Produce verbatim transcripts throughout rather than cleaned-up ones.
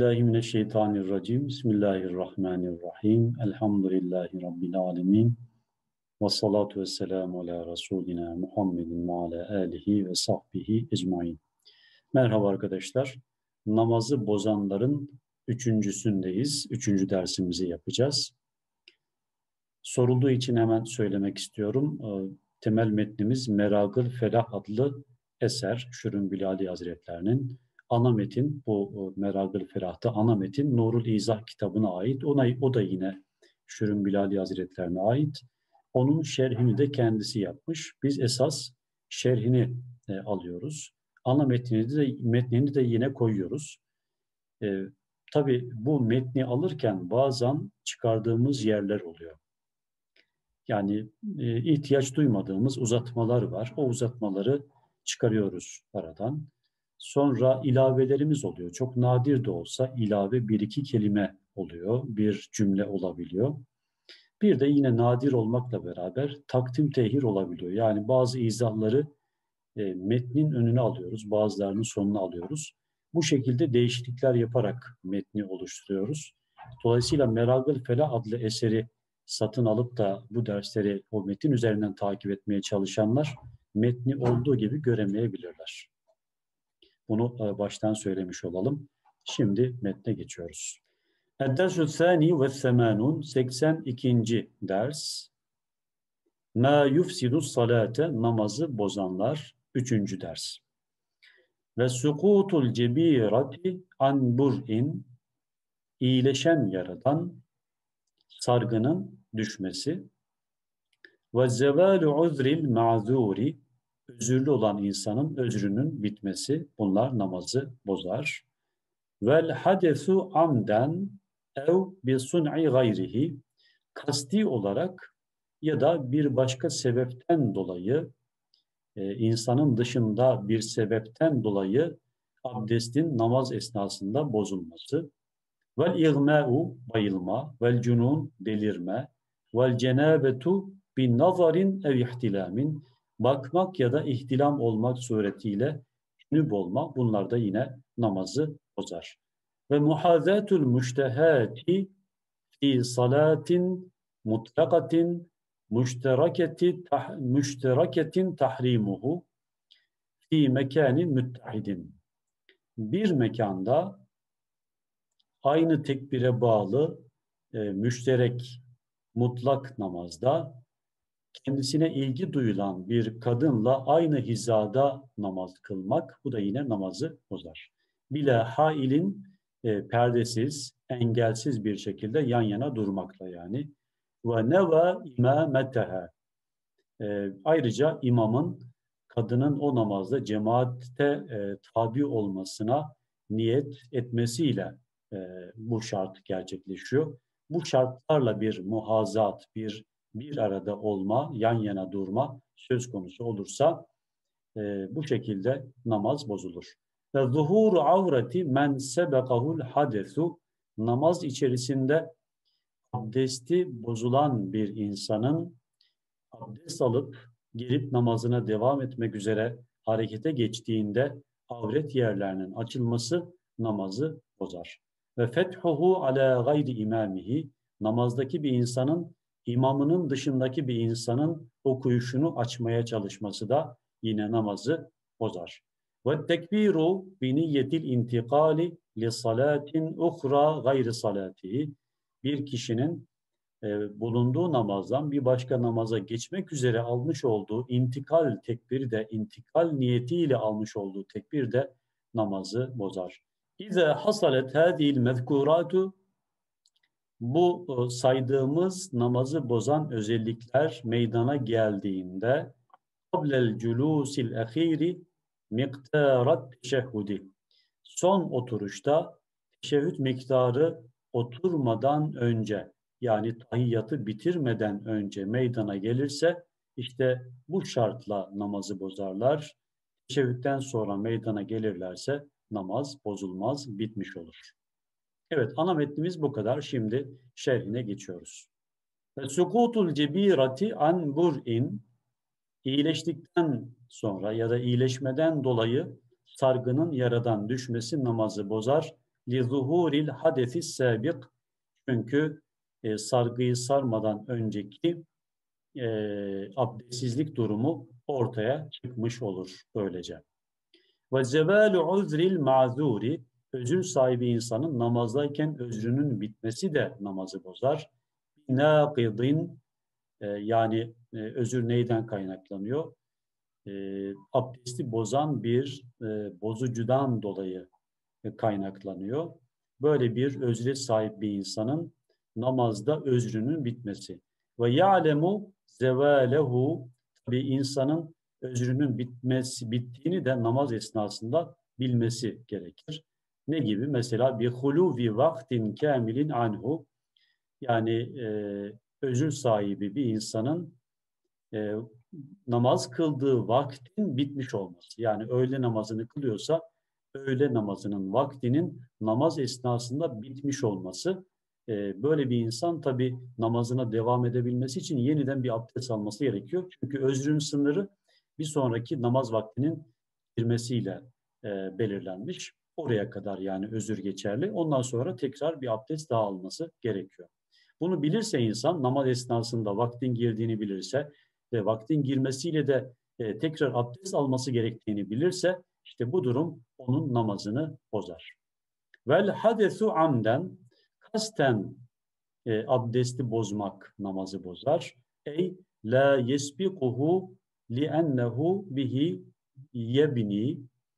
Euzubillahimineşşeytanirracim. Bismillahirrahmanirrahim. Elhamdülillahi Rabbil alemin. Ve salatu ve selamu ala Resulina Muhammedin ve ala alihi ve sahbihi ecmain. Merhaba arkadaşlar. Namazı bozanların üçüncüsündeyiz. Üçüncü dersimizi yapacağız. Sorulduğu için hemen söylemek istiyorum. Temel metnimiz Meragıl Felah adlı eser Şürün Bilali Hazretlerinin. Ana metin, bu Meragıl Felah'ta ana metin Nurul İzah kitabına ait. Ona, o da yine Şürün Bilali Hazretlerine ait. Onun şerhini de kendisi yapmış. Biz esas şerhini e, alıyoruz. Ana metnini de, metnini de yine koyuyoruz. E, tabii bu metni alırken bazen çıkardığımız yerler oluyor. Yani e, ihtiyaç duymadığımız uzatmalar var. O uzatmaları çıkarıyoruz aradan. Sonra ilavelerimiz oluyor. Çok nadir de olsa ilave bir iki kelime oluyor. Bir cümle olabiliyor. Bir de yine nadir olmakla beraber takdim tehir olabiliyor. Yani bazı izahları e, metnin önüne alıyoruz. Bazılarının sonuna alıyoruz. Bu şekilde değişiklikler yaparak metni oluşturuyoruz. Dolayısıyla Meragıl Felah adlı eseri satın alıp da bu dersleri o metin üzerinden takip etmeye çalışanlar metni olduğu gibi göremeyebilirler. Bunu baştan söylemiş olalım. Şimdi metne geçiyoruz. Ed-dersü thani ve semanun seksen ikinci ders. Ma yufsidus salate namazı bozanlar üçüncü ders. Ve sukutul cebirati an bur'in iyileşen yaradan sargının düşmesi ve zevalu uzril ma'zuri özürlü olan insanın özrünün bitmesi, bunlar namazı bozar. Vel hadesu amden ev bi sun'i gayrihi kasti olarak ya da bir başka sebepten dolayı e, insanın dışında bir sebepten dolayı abdestin namaz esnasında bozulması. Vel igma'u bayılma, vel cunun delirme, vel cenabetu bin nazarin ev ihtilamin bakmak ya da ihtilam olmak suretiyle cünüp olma, bunlar da yine namazı bozar. Ve muhazatul müştehati fi salatin mutlakatin müşteraketi tah, müşteraketin tahrimuhu fi mekanin müttehidin. Bir mekanda aynı tekbire bağlı e, müşterek mutlak namazda kendisine ilgi duyulan bir kadınla aynı hizada namaz kılmak, bu da yine namazı bozar. Bila hailin e, perdesiz, engelsiz bir şekilde yan yana durmakla yani. Ve neva imameteha. E, ayrıca imamın kadının o namazda cemaatte e, tabi olmasına niyet etmesiyle e, bu şart gerçekleşiyor. Bu şartlarla bir muhazat, bir bir arada olma, yan yana durma söz konusu olursa e, bu şekilde namaz bozulur. Ve zuhuru avreti men sebekahul hadesu namaz içerisinde abdesti bozulan bir insanın abdest alıp gelip namazına devam etmek üzere harekete geçtiğinde avret yerlerinin açılması namazı bozar. Ve fethuhu ala gayri imamihi namazdaki bir insanın imamının dışındaki bir insanın okuyuşunu açmaya çalışması da yine namazı bozar. Ve tekbiru bi niyetil intikali li salatin uhra gayri salatihi bir kişinin e, bulunduğu namazdan bir başka namaza geçmek üzere almış olduğu intikal tekbiri de intikal niyetiyle almış olduğu tekbir de namazı bozar. İze hasalet hadil mezkuratu bu saydığımız namazı bozan özellikler meydana geldiğinde qablel culusil ahiri miktarat teşehhudi son oturuşta teşehhüd miktarı oturmadan önce yani tahiyyatı bitirmeden önce meydana gelirse işte bu şartla namazı bozarlar. Teşehhütten sonra meydana gelirlerse namaz bozulmaz, bitmiş olur. Evet, ana metnimiz bu kadar. Şimdi şerhine geçiyoruz. Sukutul cebirati an bur'in iyileştikten sonra ya da iyileşmeden dolayı sargının yaradan düşmesi namazı bozar. لِظُهُورِ الْحَدَثِ السَّابِقِ Çünkü e, sargıyı sarmadan önceki e, abdestsizlik durumu ortaya çıkmış olur böylece. Ve zevalu uzril mazuri özür sahibi insanın namazdayken özrünün bitmesi de namazı bozar. Naqidin e, yani e, özür neyden kaynaklanıyor? E, abdesti bozan bir e, bozucudan dolayı e, kaynaklanıyor. Böyle bir özre sahip bir insanın namazda özrünün bitmesi. Ve ya'lemu zevalehu tabi insanın özrünün bitmesi bittiğini de namaz esnasında bilmesi gerekir. Ne gibi? Mesela bir huluvi vaktin kamilin anhu yani e, özür sahibi bir insanın e, namaz kıldığı vaktin bitmiş olması. Yani öğle namazını kılıyorsa öğle namazının vaktinin namaz esnasında bitmiş olması. E, böyle bir insan tabii namazına devam edebilmesi için yeniden bir abdest alması gerekiyor. Çünkü özrün sınırı bir sonraki namaz vaktinin girmesiyle e, belirlenmiş. Oraya kadar yani özür geçerli. Ondan sonra tekrar bir abdest daha alması gerekiyor. Bunu bilirse insan namaz esnasında vaktin girdiğini bilirse ve vaktin girmesiyle de e, tekrar abdest alması gerektiğini bilirse işte bu durum onun namazını bozar. Vel hadesu amden kasten e, abdesti bozmak namazı bozar. Ey la yesbikuhu li'ennehu bihi yebni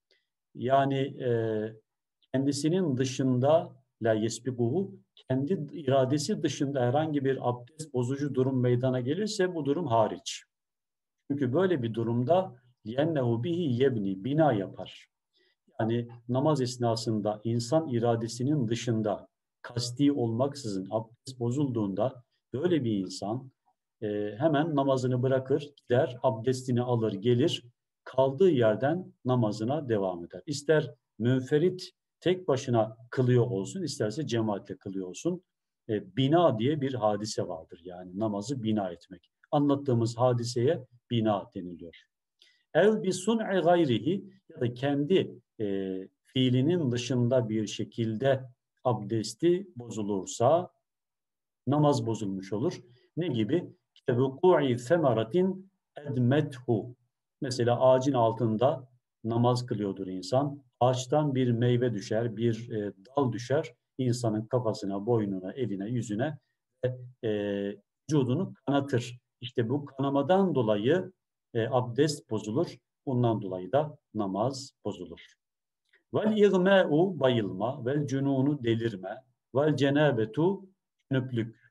yani e, kendisinin dışında la yesbikuhu kendi iradesi dışında herhangi bir abdest bozucu durum meydana gelirse bu durum hariç. Çünkü böyle bir durumda yennehu bihi yebni bina yapar. Yani namaz esnasında insan iradesinin dışında kasti olmaksızın abdest bozulduğunda böyle bir insan e, hemen namazını bırakır, gider, abdestini alır, gelir, kaldığı yerden namazına devam eder. İster münferit tek başına kılıyor olsun, isterse cemaatle kılıyor olsun. E, bina diye bir hadise vardır. Yani namazı bina etmek. Anlattığımız hadiseye bina deniliyor. Ev bi sun'i gayrihi ya da kendi e, fiilinin dışında bir şekilde abdesti bozulursa namaz bozulmuş olur. Ne gibi? Kevuku'i semeratin edmethu. Mesela ağacın altında namaz kılıyordur insan. Ağaçtan bir meyve düşer, bir e, dal düşer. İnsanın kafasına, boynuna, eline, yüzüne ve e, vücudunu kanatır. İşte bu kanamadan dolayı e, abdest bozulur. Bundan dolayı da namaz bozulur. Vel igma'u bayılma, vel cununu delirme, vel cenabetu cünüplük.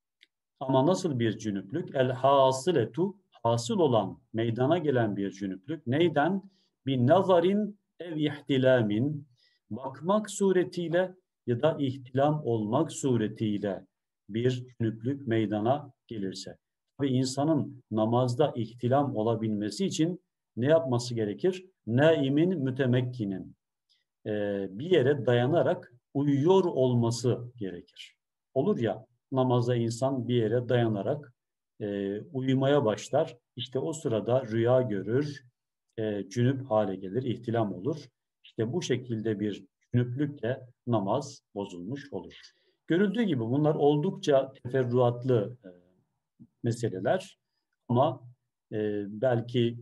Ama nasıl bir cünüplük? El hasıletu hasıl olan, meydana gelen bir cünüplük. Neyden? Bir nazarin ev ihtilamin bakmak suretiyle ya da ihtilam olmak suretiyle bir cünüplük meydana gelirse. Tabi insanın namazda ihtilam olabilmesi için ne yapması gerekir? Naimin mütemekkinin e, bir yere dayanarak uyuyor olması gerekir. Olur ya namazda insan bir yere dayanarak e, uyumaya başlar. İşte o sırada rüya görür, e, cünüp hale gelir, ihtilam olur. İşte bu şekilde bir cünüplükle namaz bozulmuş olur. Görüldüğü gibi bunlar oldukça teferruatlı e, meseleler ama e, belki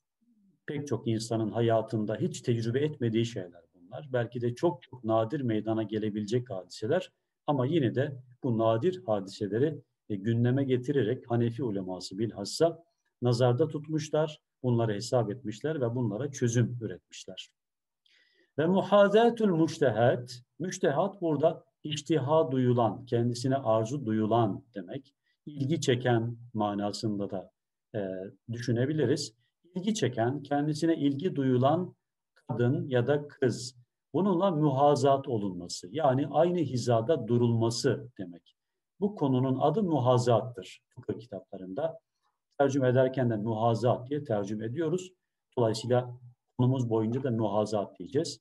pek çok insanın hayatında hiç tecrübe etmediği şeyler bunlar. Belki de çok çok nadir meydana gelebilecek hadiseler ama yine de bu nadir hadiseleri e, gündeme getirerek Hanefi uleması bilhassa nazarda tutmuşlar, bunları hesap etmişler ve bunlara çözüm üretmişler. Ve muhazatul müştehat, müştehat burada iştiha duyulan, kendisine arzu duyulan demek. İlgi çeken manasında da e, düşünebiliriz. İlgi çeken, kendisine ilgi duyulan kadın ya da kız. Bununla muhazat olunması, yani aynı hizada durulması demek. Bu konunun adı muhazattır fıkıh kitaplarında. Tercüme ederken de muhazat diye tercüme ediyoruz. Dolayısıyla konumuz boyunca da muhazat diyeceğiz.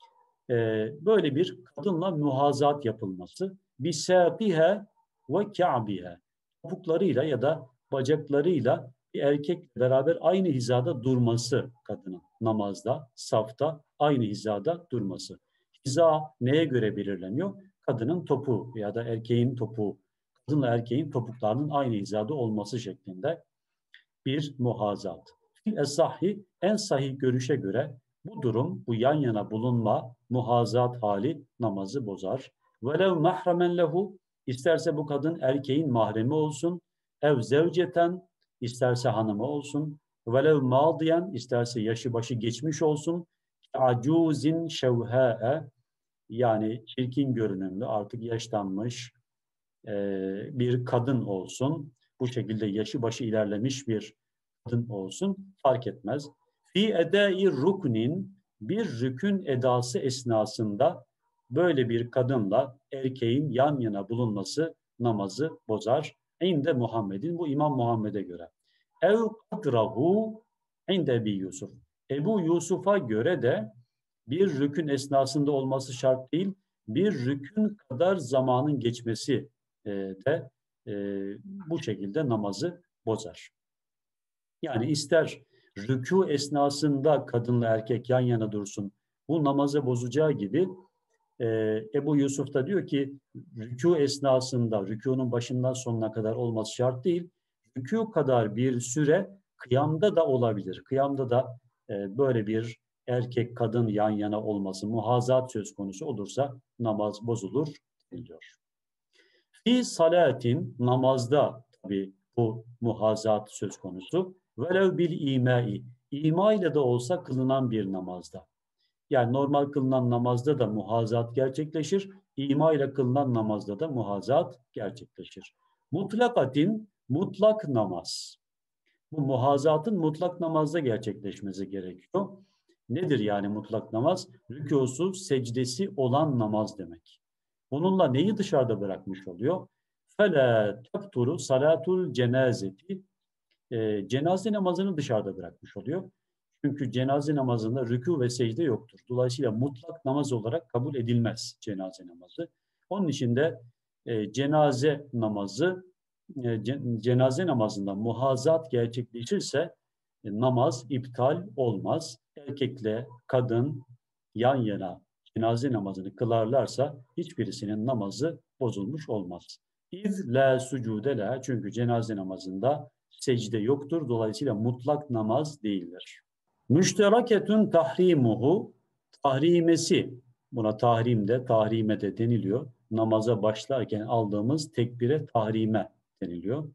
Ee, böyle bir kadınla muhazat yapılması. Bisâqihe ve ka'bihe. Topuklarıyla ya da bacaklarıyla bir erkekle beraber aynı hizada durması kadının namazda, safta aynı hizada durması. Hiza neye göre belirleniyor? Kadının topuğu ya da erkeğin topuğu, kadınla erkeğin topuklarının aynı hizada olması şeklinde bir muhazat. Fil esahi en sahih görüşe göre bu durum, bu yan yana bulunma, muhazat hali namazı bozar. Velev mahremen lehu, isterse bu kadın erkeğin mahremi olsun, ev zevceten, isterse hanımı olsun, velev madiyen, isterse yaşı başı geçmiş olsun, acuzin şevhâe, yani çirkin görünümlü, artık yaşlanmış e, bir kadın olsun, bu şekilde yaşı başı ilerlemiş bir kadın olsun, fark etmez. Fi edai ruknin, bir rükün edası esnasında böyle bir kadınla erkeğin yan yana bulunması namazı bozar. İnde Muhammed'in, bu İmam Muhammed'e göre. Ev kadrahu inde Ebi Yusuf. Ebu Yusuf'a göre de bir rükün esnasında olması şart değil, bir rükün kadar zamanın geçmesi e, de e, bu şekilde namazı bozar. Yani ister rükû esnasında kadınla erkek yan yana dursun, bu namazı bozacağı gibi e, Ebu Yusuf da diyor ki rükû esnasında, rükûnun başından sonuna kadar olması şart değil, rükû kadar bir süre kıyamda da olabilir. Kıyamda da e, böyle bir erkek kadın yan yana olması, muhazat söz konusu olursa namaz bozulur diyor. Fi salatin, namazda tabi bu muhazat söz konusu. Velev bil imai, ima ile de olsa kılınan bir namazda. Yani normal kılınan namazda da muhazat gerçekleşir. İma ile kılınan namazda da muhazat gerçekleşir. Mutlakatin, mutlak namaz. Bu muhazatın mutlak namazda gerçekleşmesi gerekiyor. Nedir yani mutlak namaz? Rükûsu, secdesi olan namaz demek. Bununla neyi dışarıda bırakmış oluyor? Fela takturu salatul cenazeti, e, cenaze namazını dışarıda bırakmış oluyor. Çünkü cenaze namazında rükû ve secde yoktur. Dolayısıyla mutlak namaz olarak kabul edilmez cenaze namazı. Onun için de e, cenaze namazı, e, cenaze namazında muhazat gerçekleşirse e, namaz iptal olmaz. Erkekle kadın yan yana cenaze namazını kılarlarsa hiçbirisinin namazı bozulmuş olmaz. İz la sucude la, çünkü cenaze namazında secde yoktur. Dolayısıyla mutlak namaz değildir. Müşteraketün tahrimuhu, tahrimesi, buna tahrimde, tahrime de deniliyor. Namaza başlarken aldığımız tekbire tahrime deniliyor.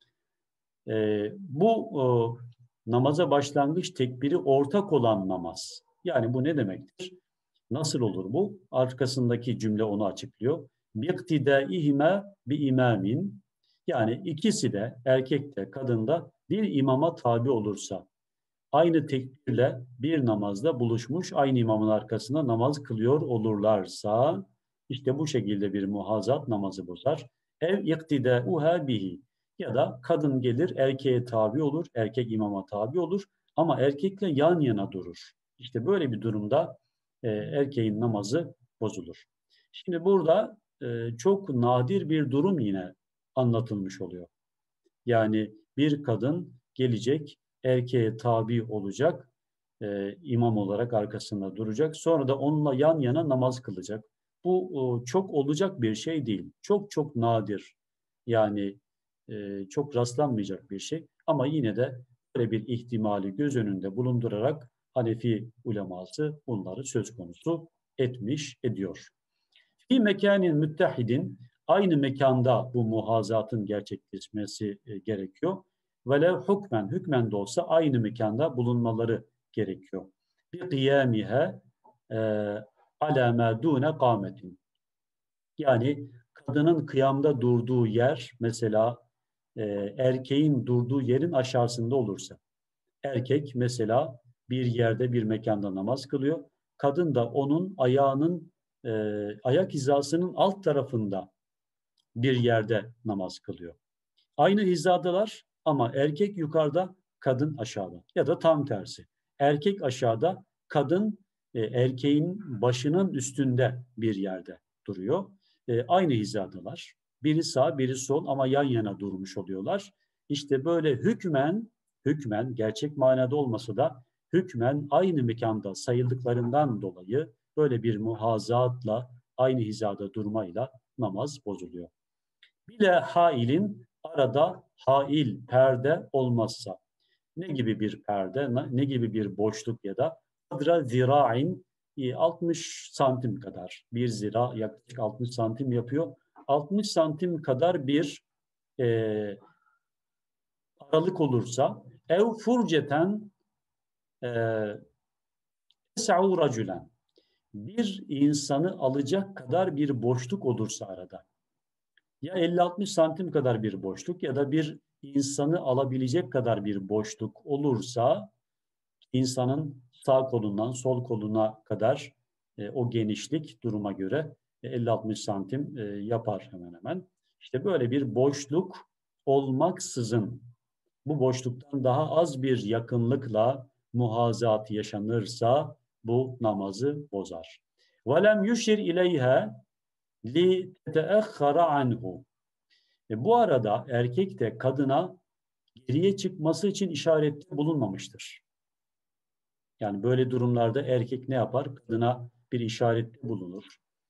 Ee, bu e, namaza başlangıç tekbiri ortak olan namaz. Yani bu ne demektir? Nasıl olur bu? Arkasındaki cümle onu açıklıyor. Biktidâihime bi imamin, yani ikisi de erkek de kadın da bir imama tabi olursa, aynı tekbirle bir namazda buluşmuş, aynı imamın arkasında namaz kılıyor olurlarsa, işte bu şekilde bir muhazat namazı bozar. Ev iktidâuhâ bihi, ya da kadın gelir erkeğe tabi olur, erkek imama tabi olur ama erkekle yan yana durur. İşte böyle bir durumda e, erkeğin namazı bozulur. Şimdi burada e, çok nadir bir durum yine anlatılmış oluyor. Yani bir kadın gelecek, erkeğe tabi olacak, e, imam olarak arkasında duracak. Sonra da onunla yan yana namaz kılacak. Bu o, çok olacak bir şey değil. Çok çok nadir. Yani e, çok rastlanmayacak bir şey. Ama yine de böyle bir ihtimali göz önünde bulundurarak Hanefi uleması bunları söz konusu etmiş, ediyor. Bir mekanin müttehidin, aynı mekanda bu muhazatın gerçekleşmesi e, gerekiyor. Velev hükmen, hükmen de olsa aynı mekanda bulunmaları gerekiyor. Bir kıyamihe e, ala ma dune kâmetin. Yani kadının kıyamda durduğu yer mesela e, erkeğin durduğu yerin aşağısında olursa. Erkek mesela bir yerde bir mekanda namaz kılıyor. Kadın da onun ayağının e, ayak hizasının alt tarafında bir yerde namaz kılıyor. Aynı hizadalar ama erkek yukarıda, kadın aşağıda ya da tam tersi. Erkek aşağıda, kadın e, erkeğin başının üstünde bir yerde duruyor. E, aynı hizadalar. Biri sağ, biri sol ama yan yana durmuş oluyorlar. İşte böyle hükmen, hükmen gerçek manada olmasa da hükmen aynı mekanda sayıldıklarından dolayı Böyle bir muhazatla, aynı hizada durmayla namaz bozuluyor. Bile hailin, arada hail, perde olmazsa. Ne gibi bir perde, ne gibi bir boşluk ya da kadra zira'in, altmış santim kadar, bir zira yaklaşık altmış santim yapıyor. altmış santim kadar bir e, aralık olursa, ev furceten e, es'u racülen, bir insanı alacak kadar bir boşluk olursa arada. Ya elli altmış santim kadar bir boşluk ya da bir insanı alabilecek kadar bir boşluk olursa, insanın sağ kolundan sol koluna kadar e, o genişlik duruma göre e, elli altmış santim e, yapar hemen hemen. İşte böyle bir boşluk olmaksızın, bu boşluktan daha az bir yakınlıkla muhazat yaşanırsa bu namazı bozar. وَلَمْ يُشِرْ اِلَيْهَا لِتَتَأَخَّرَ عَنْهُ. E bu arada erkek de kadına geriye çıkması için işarette bulunmamıştır. Yani böyle durumlarda erkek ne yapar? Kadına bir işarette bulunur.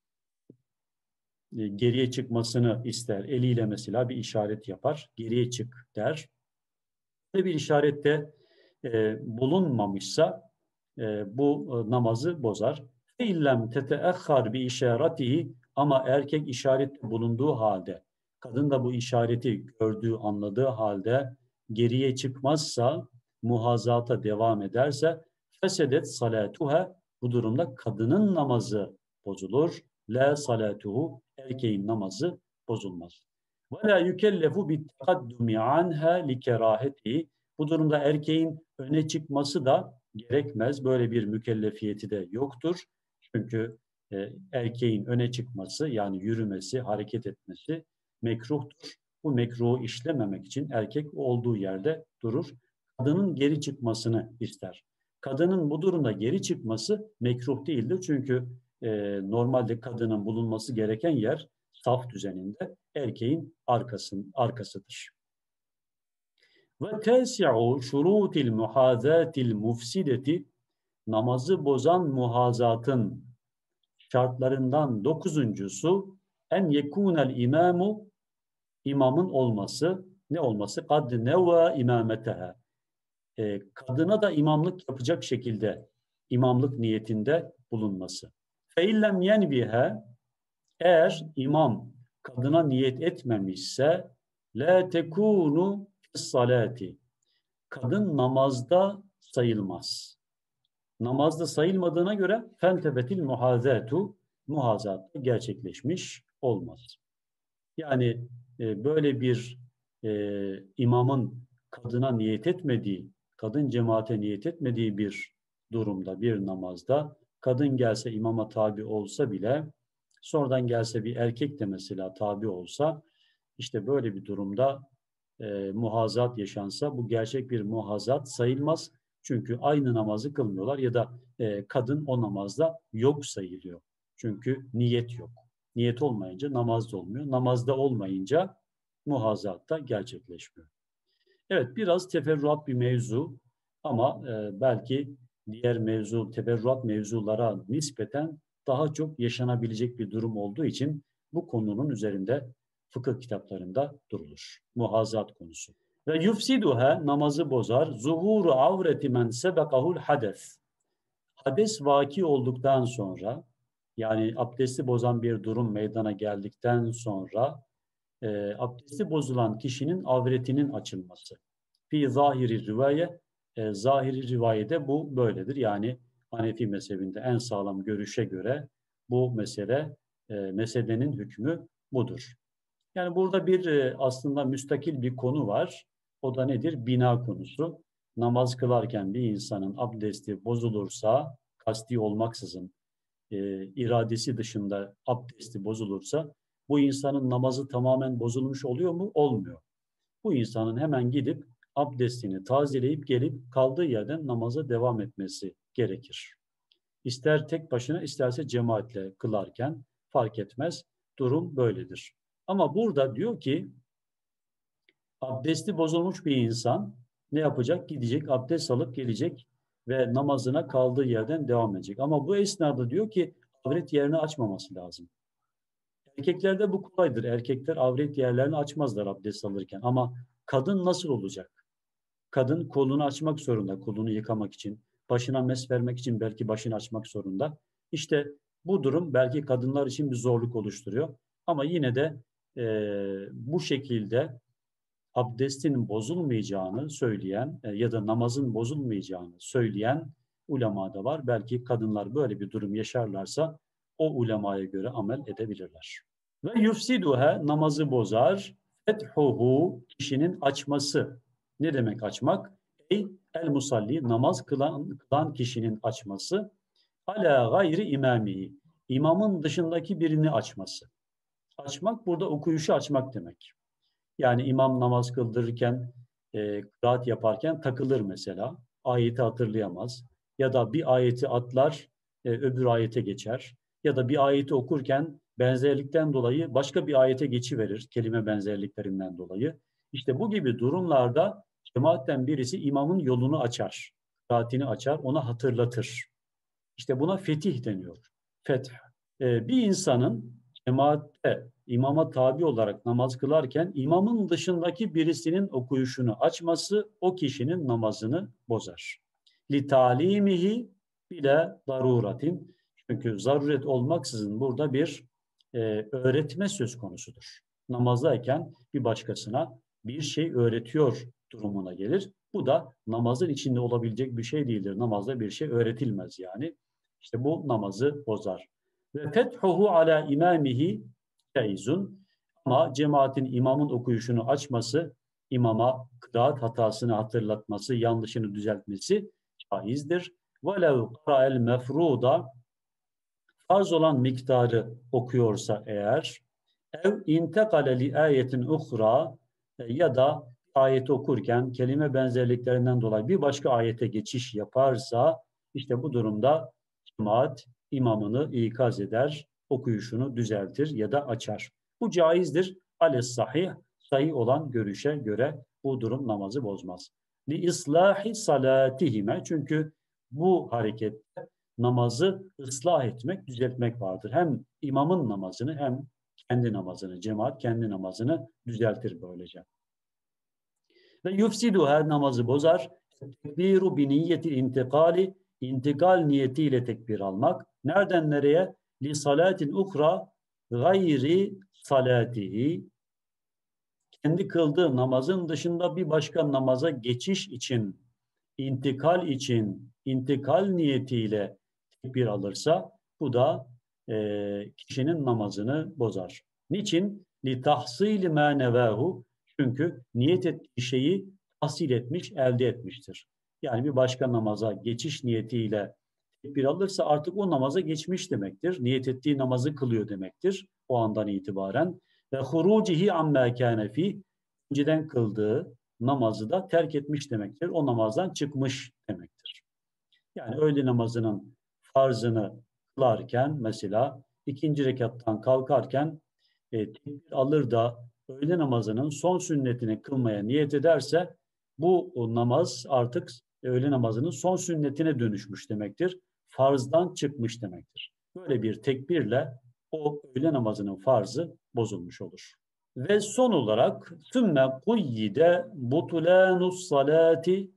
E, geriye çıkmasını ister. Eliyle mesela bir işaret yapar. Geriye çık der. Böyle bir işarette e, bulunmamışsa e, bu e, namazı bozar. İllem teteahhar bi işaretihi, ama erkek işarette bulunduğu halde, kadın da bu işareti gördüğü, anladığı halde geriye çıkmazsa, muhazata devam ederse fesedet salatuha, bu durumda kadının namazı bozulur. La salatuhu, erkeğin namazı bozulmaz. Ve la yukellefu bit takaddumi anha li keraheti, bu durumda erkeğin öne çıkması da gerekmez. Böyle bir mükellefiyeti de yoktur. Çünkü e, erkeğin öne çıkması, yani yürümesi, hareket etmesi mekruhtur. Bu mekruhu işlememek için erkek olduğu yerde durur. Kadının geri çıkmasını ister. Kadının bu durumda geri çıkması mekruh değildir. Çünkü e, normalde kadının bulunması gereken yer saf düzeninde, erkeğin arkasın, arkasıdır. Ve tesi'u şurutil muhazatil mufsideti, namazı bozan muhazatın şartlarından dokuzuncusu en yekunel imamu, imamın olması. Ne olması? Kad nevva imameteha, e, kadına da imamlık yapacak şekilde imamlık niyetinde bulunması. Fe illem yenbiha, eğer imam kadına niyet etmemişse la tekunu salati, kadın namazda sayılmaz. Namazda sayılmadığına göre fentefetil muhazatu, muhazat gerçekleşmiş olmaz. Yani e, böyle bir e, imamın kadına niyet etmediği, kadın cemaate niyet etmediği bir durumda, bir namazda kadın gelse imama tabi olsa bile, sonradan gelse bir erkek de mesela tabi olsa, işte böyle bir durumda e, muhazat yaşansa bu gerçek bir muhazat sayılmaz. Çünkü aynı namazı kılmıyorlar ya da e, kadın o namazda yok sayılıyor. Çünkü niyet yok. Niyet olmayınca namazda olmuyor. Namazda olmayınca muhazat da gerçekleşmiyor. Evet, biraz teferruat bir mevzu ama e, belki diğer mevzu, teferruat mevzulara nispeten daha çok yaşanabilecek bir durum olduğu için bu konunun üzerinde fıkıh kitaplarında durulur. Muhazat konusu. Ve yufsiduha, namazı bozar. Zuhuru avreti men sebekahul hades. Hades vaki olduktan sonra, yani abdesti bozan bir durum meydana geldikten sonra e, abdesti bozulan kişinin avretinin açılması. Fi zahiri rivaye, e, zahiri rivayede bu böyledir. Yani Hanefi mezhebinde en sağlam görüşe göre bu mesele, e, meselenin hükmü budur. Yani burada bir e, aslında müstakil bir konu var. O da nedir? Bina konusu. Namaz kılarken bir insanın abdesti bozulursa, kasti olmaksızın, e, iradesi dışında abdesti bozulursa, bu insanın namazı tamamen bozulmuş oluyor mu? Olmuyor. Bu insanın hemen gidip abdestini tazeleyip gelip kaldığı yerden namaza devam etmesi gerekir. İster tek başına isterse cemaatle kılarken fark etmez. Durum böyledir. Ama burada diyor ki abdesti bozulmuş bir insan ne yapacak? Gidecek, abdest alıp gelecek ve namazına kaldığı yerden devam edecek. Ama bu esnada diyor ki avret yerini açmaması lazım. Erkeklerde bu kolaydır. Erkekler avret yerlerini açmazlar abdest alırken. Ama kadın nasıl olacak? Kadın kolunu açmak zorunda, kolunu yıkamak için. Başına mes vermek için belki başını açmak zorunda. İşte bu durum belki kadınlar için bir zorluk oluşturuyor. Ama yine de e, bu şekilde abdestin bozulmayacağını söyleyen e, ya da namazın bozulmayacağını söyleyen ulema da var. Belki kadınlar böyle bir durum yaşarlarsa o ulemaya göre amel edebilirler. Ve yufsiduha namazı bozar. Fethuhu kişinin açması. Ne demek açmak? Ey el musalli namaz kılan, kılan kişinin açması. Ala gayri imamihi. İmamın dışındaki birini açması. Açmak burada okuyuşu açmak demek. Yani imam namaz kıldırırken, e, kıraat yaparken takılır mesela. Ayeti hatırlayamaz. Ya da bir ayeti atlar, e, öbür ayete geçer. Ya da bir ayeti okurken benzerlikten dolayı başka bir ayete geçiverir. Kelime benzerliklerinden dolayı. İşte bu gibi durumlarda cemaatten birisi imamın yolunu açar. Kıraatini açar, ona hatırlatır. İşte buna fetih deniyor. Feth. E, bir insanın cemaatte imama tabi olarak namaz kılarken imamın dışındaki birisinin okuyuşunu açması o kişinin namazını bozar. Li talimihi bile daruratin. Çünkü zaruret olmaksızın burada bir e, öğretme söz konusudur. Namazdayken bir başkasına bir şey öğretiyor durumuna gelir. Bu da namazın içinde olabilecek bir şey değildir. Namazda bir şey öğretilmez yani. İşte bu namazı bozar. Ve fethuhu ala imamihi caizun. Ama cemaatin imamın okuyuşunu açması, imama kıraat hatasını hatırlatması, yanlışını düzeltmesi caizdir. وَلَوْ قَرَأَ الْمَفْرُودَ farz olan miktarı okuyorsa eğer, ev intekale li ayetin uhra ya da ayeti okurken kelime benzerliklerinden dolayı bir başka ayete geçiş yaparsa işte bu durumda cemaat imamını ikaz eder, okuyuşunu düzeltir ya da açar. Bu caizdir. Ales sahih, sahih olan görüşe göre bu durum namazı bozmaz. Li islahi salatihime çünkü bu harekette namazı ıslah etmek, düzeltmek vardır. Hem imamın namazını hem kendi namazını, cemaat kendi namazını düzeltir böylece. Ve yufsidu her namazı bozar. Tekbiru bi niyeti intikali, intikal niyetiyle tekbir almak. Nereden nereye? Li salatin ukra gayri salatihi. Kendi kıldığı namazın dışında bir başka namaza geçiş için, intikal için, intikal niyetiyle tekbir alırsa bu da e, kişinin namazını bozar. Niçin? Li tahsili ma nevahu çünkü niyet ettiği şeyi tahsil etmiş, elde etmiştir. Yani bir başka namaza geçiş niyetiyle tekbir alırsa artık o namaza geçmiş demektir. Niyet ettiği namazı kılıyor demektir o andan itibaren. Ve hurucihi amma kâne fîh önceden kıldığı namazı da terk etmiş demektir. O namazdan çıkmış demektir. Yani öğle namazının farzını kılarken mesela ikinci rekattan kalkarken e, tekbir alır da öğle namazının son sünnetini kılmaya niyet ederse bu namaz artık öğle namazının son sünnetine dönüşmüş demektir. Farzdan çıkmış demektir. Böyle bir tekbirle o öğle namazının farzı bozulmuş olur. Ve son olarak sümme kuyyide butulanus salati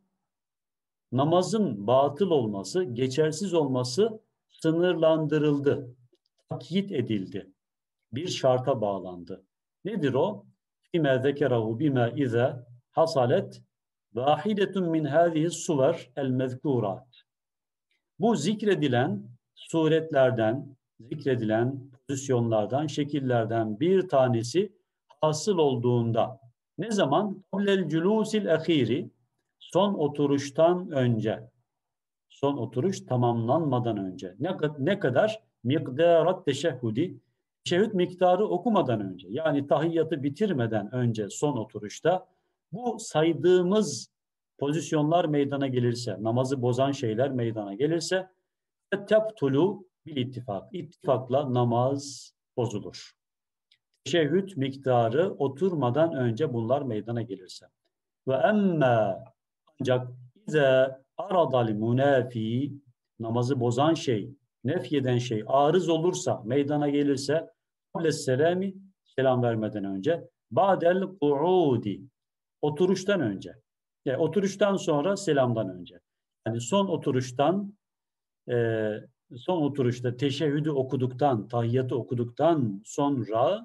namazın batıl olması, geçersiz olması sınırlandırıldı, takyit edildi. Bir şarta bağlandı. Nedir o? Fime zekerahu bime ize hasalet vahidetun min hâzihi suver el mezkurat. Bu zikredilen suretlerden, zikredilen pozisyonlardan, şekillerden bir tanesi hasıl olduğunda ne zaman? Kablel culusil ahiri son oturuştan önce son oturuş tamamlanmadan önce ne, ne kadar? Mikdarat teşehhudi teşehhüd miktarı okumadan önce yani tahiyyatı bitirmeden önce son oturuşta bu saydığımız pozisyonlar meydana gelirse namazı bozan şeyler meydana gelirse tebtulu bil ittifak ittifakla namaz bozulur. Teşehhüd miktarı oturmadan önce bunlar meydana gelirse. Ve emme ancak ize aradal münafi, namazı bozan şey, nefyeden şey arız olursa, meydana gelirse, kables selami, selam vermeden önce, ba'del ku'udi, oturuştan önce. Yani oturuştan sonra selamdan önce. Yani son oturuştan e, son oturuşta teşehhüdü okuduktan, tahiyyatı okuduktan sonra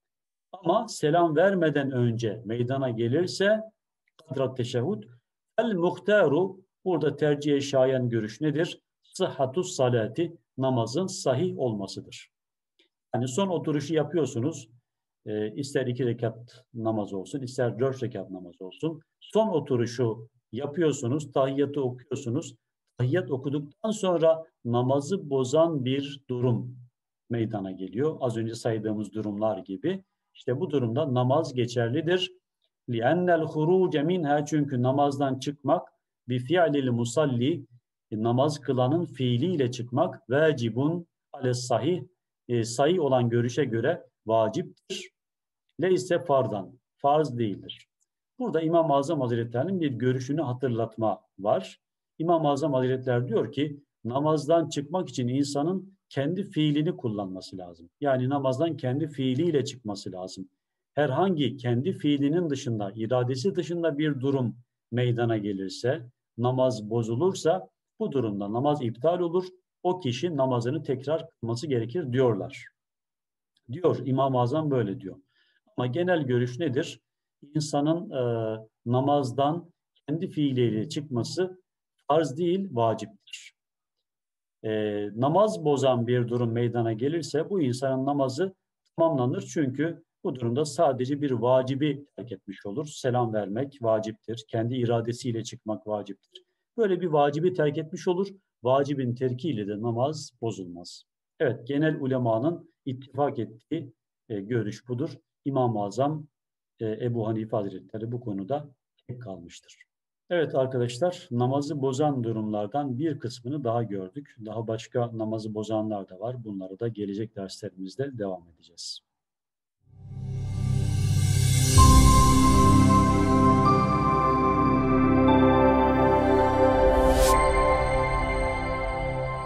ama selam vermeden önce meydana gelirse kadrat teşehhüd el muhtaru, burada tercihe şayan görüş nedir? Sıhhatus salati, namazın sahih olmasıdır. Yani son oturuşu yapıyorsunuz. E, ister iki rekat namaz olsun, ister dört rekat namaz olsun. Son oturuşu yapıyorsunuz, tahiyyatı okuyorsunuz. Tahiyyat okuduktan sonra namazı bozan bir durum meydana geliyor. Az önce saydığımız durumlar gibi. İşte bu durumda namaz geçerlidir. لِأَنَّ الْخُرُوجَ مِنْهَا, çünkü namazdan çıkmak bir fiilil musalli, namaz kılanın fiiliyle çıkmak vacibun ales sahih, e, sahih olan görüşe göre vaciptir. Leyse fardan, farz değildir. Burada İmam-ı Azam Hazretleri'nin bir görüşünü hatırlatma var. İmam-ı Azam Hazretleri diyor ki namazdan çıkmak için insanın kendi fiilini kullanması lazım. Yani namazdan kendi fiiliyle çıkması lazım. Herhangi kendi fiilinin dışında, iradesi dışında bir durum meydana gelirse, namaz bozulursa bu durumda namaz iptal olur. O kişi namazını tekrar kılması gerekir diyorlar. Diyor İmam-ı Azam böyle diyor. Ama genel görüş nedir? İnsanın e, namazdan kendi fiiliyle çıkması farz değil, vaciptir. E, namaz bozan bir durum meydana gelirse bu insanın namazı tamamlanır. Çünkü bu durumda sadece bir vacibi terk etmiş olur. Selam vermek vaciptir. Kendi iradesiyle çıkmak vaciptir. Böyle bir vacibi terk etmiş olur. Vacibin terkiyle de namaz bozulmaz. Evet, genel ulemanın ittifak ettiği e, görüş budur. İmam-ı Azam e, Ebu Hanife Hazretleri bu konuda tek kalmıştır. Evet arkadaşlar, namazı bozan durumlardan bir kısmını daha gördük. Daha başka namazı bozanlar da var. Bunları da gelecek derslerimizde devam edeceğiz.